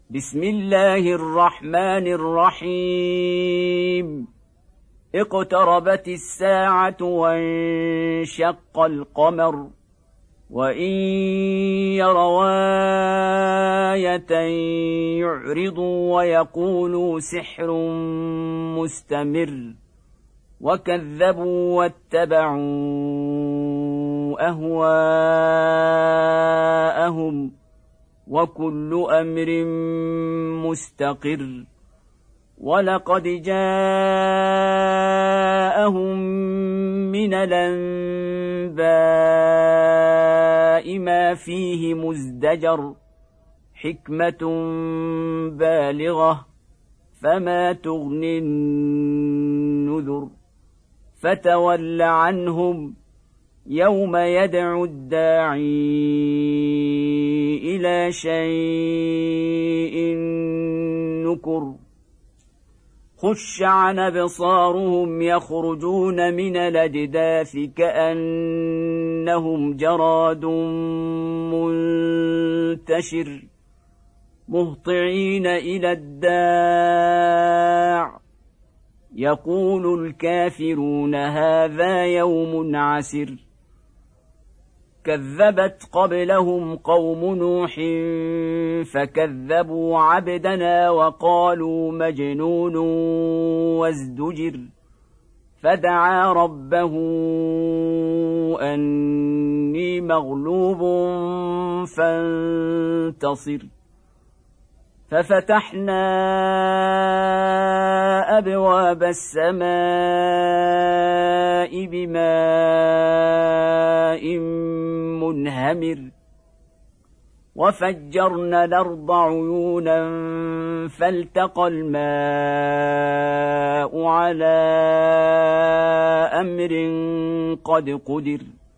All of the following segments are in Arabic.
بسم الله الرحمن الرحيم. اقتربت الساعة وانشق القمر وإن يروا آية يعرضوا ويقولوا سحر مستمر وكذبوا واتبعوا أهواءهم وكل أمر مستقر. ولقد جاءهم من الأنباء ما فيه مزدجر حكمة بالغة فما تغني النذر. فتول عنهم يوم يدعو الداعي إلى شيء نكر. خش عن أبصارهم يخرجون من الأجداث كأنهم جراد منتشر مهطعين إلى الداع يقول الكافرون هذا يوم عسر. كذبت قبلهم قوم نوح فكذبوا عبدنا وقالوا مجنون وازدجر. فدعا ربه أني مغلوب فانتصر. ففتحنا أبواب السماء بماء منهمر وفجرنا الأرض عيونا فالتقى الماء على أمر قد قدر.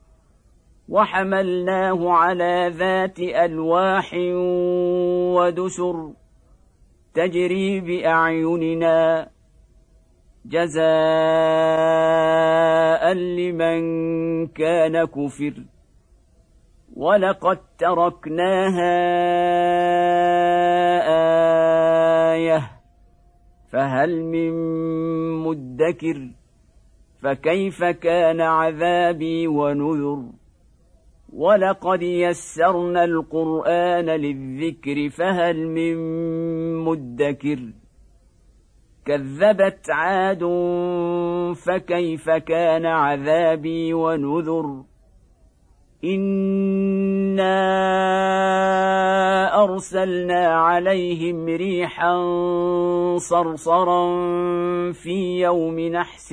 وحملناه على ذات ألواح ودسر تجري بأعيننا جزاء لمن كان كفر. ولقد تركناها آية فهل من مدكر. فكيف كان عذابي ونذر. ولقد يسرنا القرآن للذكر فهل من مدكر. كذبت عاد فكيف كان عذابي ونذر. إنا أرسلنا عليهم ريحا صرصرا في يوم نحس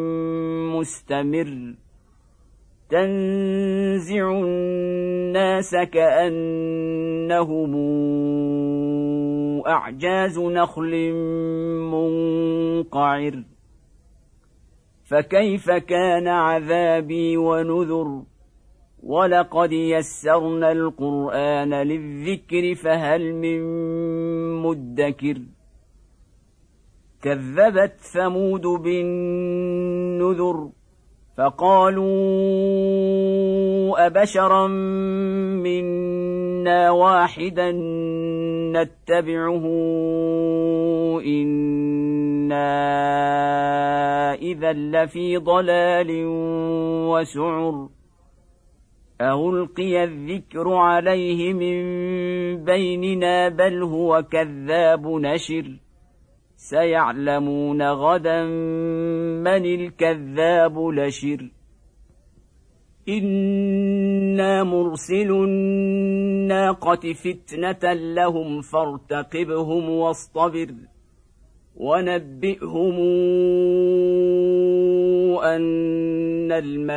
مستمر تنزع الناس كأنهم أعجاز نخل منقعر. فكيف كان عذابي ونذر. ولقد يسرنا القرآن للذكر فهل من مدكر. كذبت ثمود بالنذر فقالوا أبشرا منا واحدا نتبعه إنا إذا لفي ضلال وسعر. ألقي الذكر عليه من بيننا بل هو كذاب نشر. سيعلمون غدا من الكذاب لشر. إنا مرسل الناقة فتنة لهم فارتقبهم واصطبر. ونبئهم أن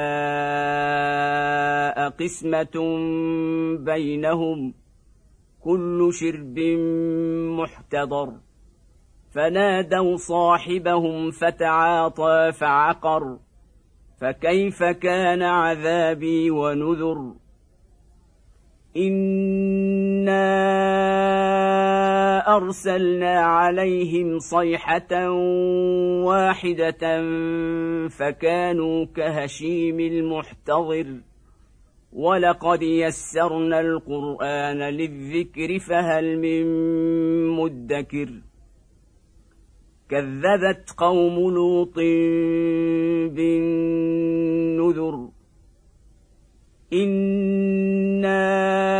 الماء قسمة بينهم كل شرب محتضر. فنادوا صاحبهم فتعاطى فعقر. فكيف كان عذابي ونذر. إنا أرسلنا عليهم صيحة واحدة فكانوا كهشيم المحتضر. ولقد يسرنا القرآن للذكر فهل من مدكر كذبت قوم لوط بالنذر إنا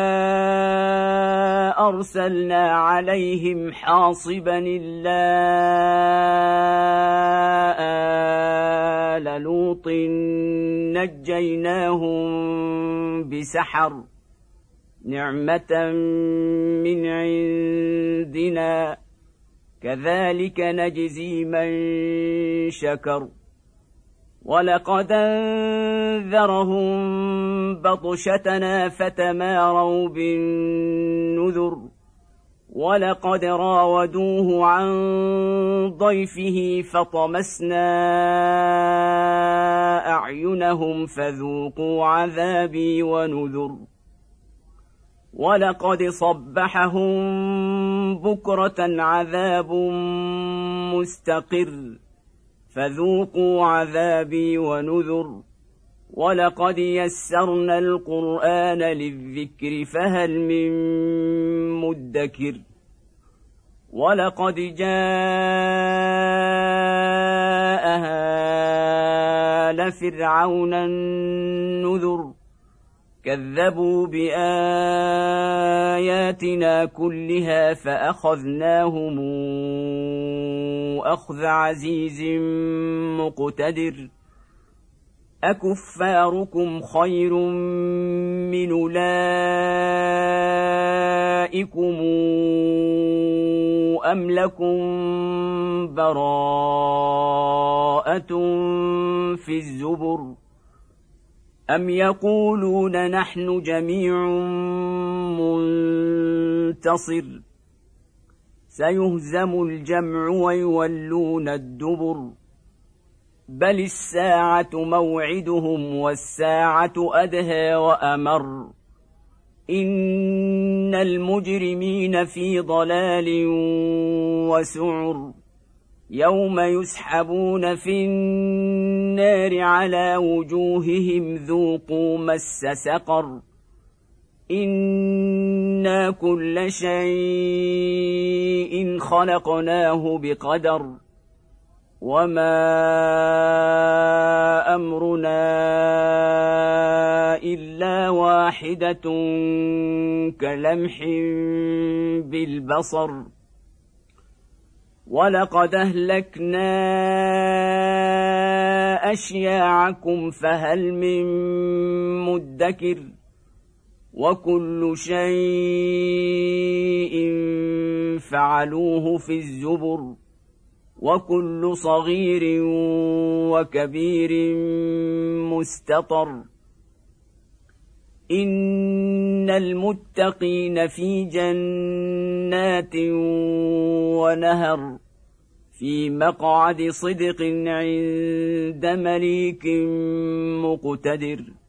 أرسلنا عليهم حاصبا إلا آل لوط نجيناهم بسحر نعمة من عندنا كذلك نجزي من شكر ولقد أنذرهم بطشتنا فتماروا بالنذر ولقد راودوه عن ضيفه فطمسنا أعينهم فذوقوا عذابي ونذر ولقد صبحهم بكرة عذاب مستقر فذوقوا عذابي ونذر ولقد يسرنا القرآن للذكر فهل من مدكر ولقد جاء آل فرعون النذر كذبوا بآياتنا كلها فأخذناهم أخذ عزيز مقتدر أكفاركم خير من أولئكم أم لكم براءة في الزبر أم يقولون نحن جميع منتصر سيهزم الجمع ويولون الدبر بل الساعة موعدهم والساعة أدهى وأمر إن المجرمين في ضلال وسعر يوم يسحبون في النار على وجوههم ذوقوا مس سقر إنا كل شيء خلقناه بقدر وما أمرنا إلا واحدة كلمح بالبصر ولقد أهلكنا أشياعكم فهل من مدكر وكل شيء فعلوه في الزبر وكل صغير وكبير مستطر إن المتقين في جنات ونهر في مقعد صدق عند مليك مقتدر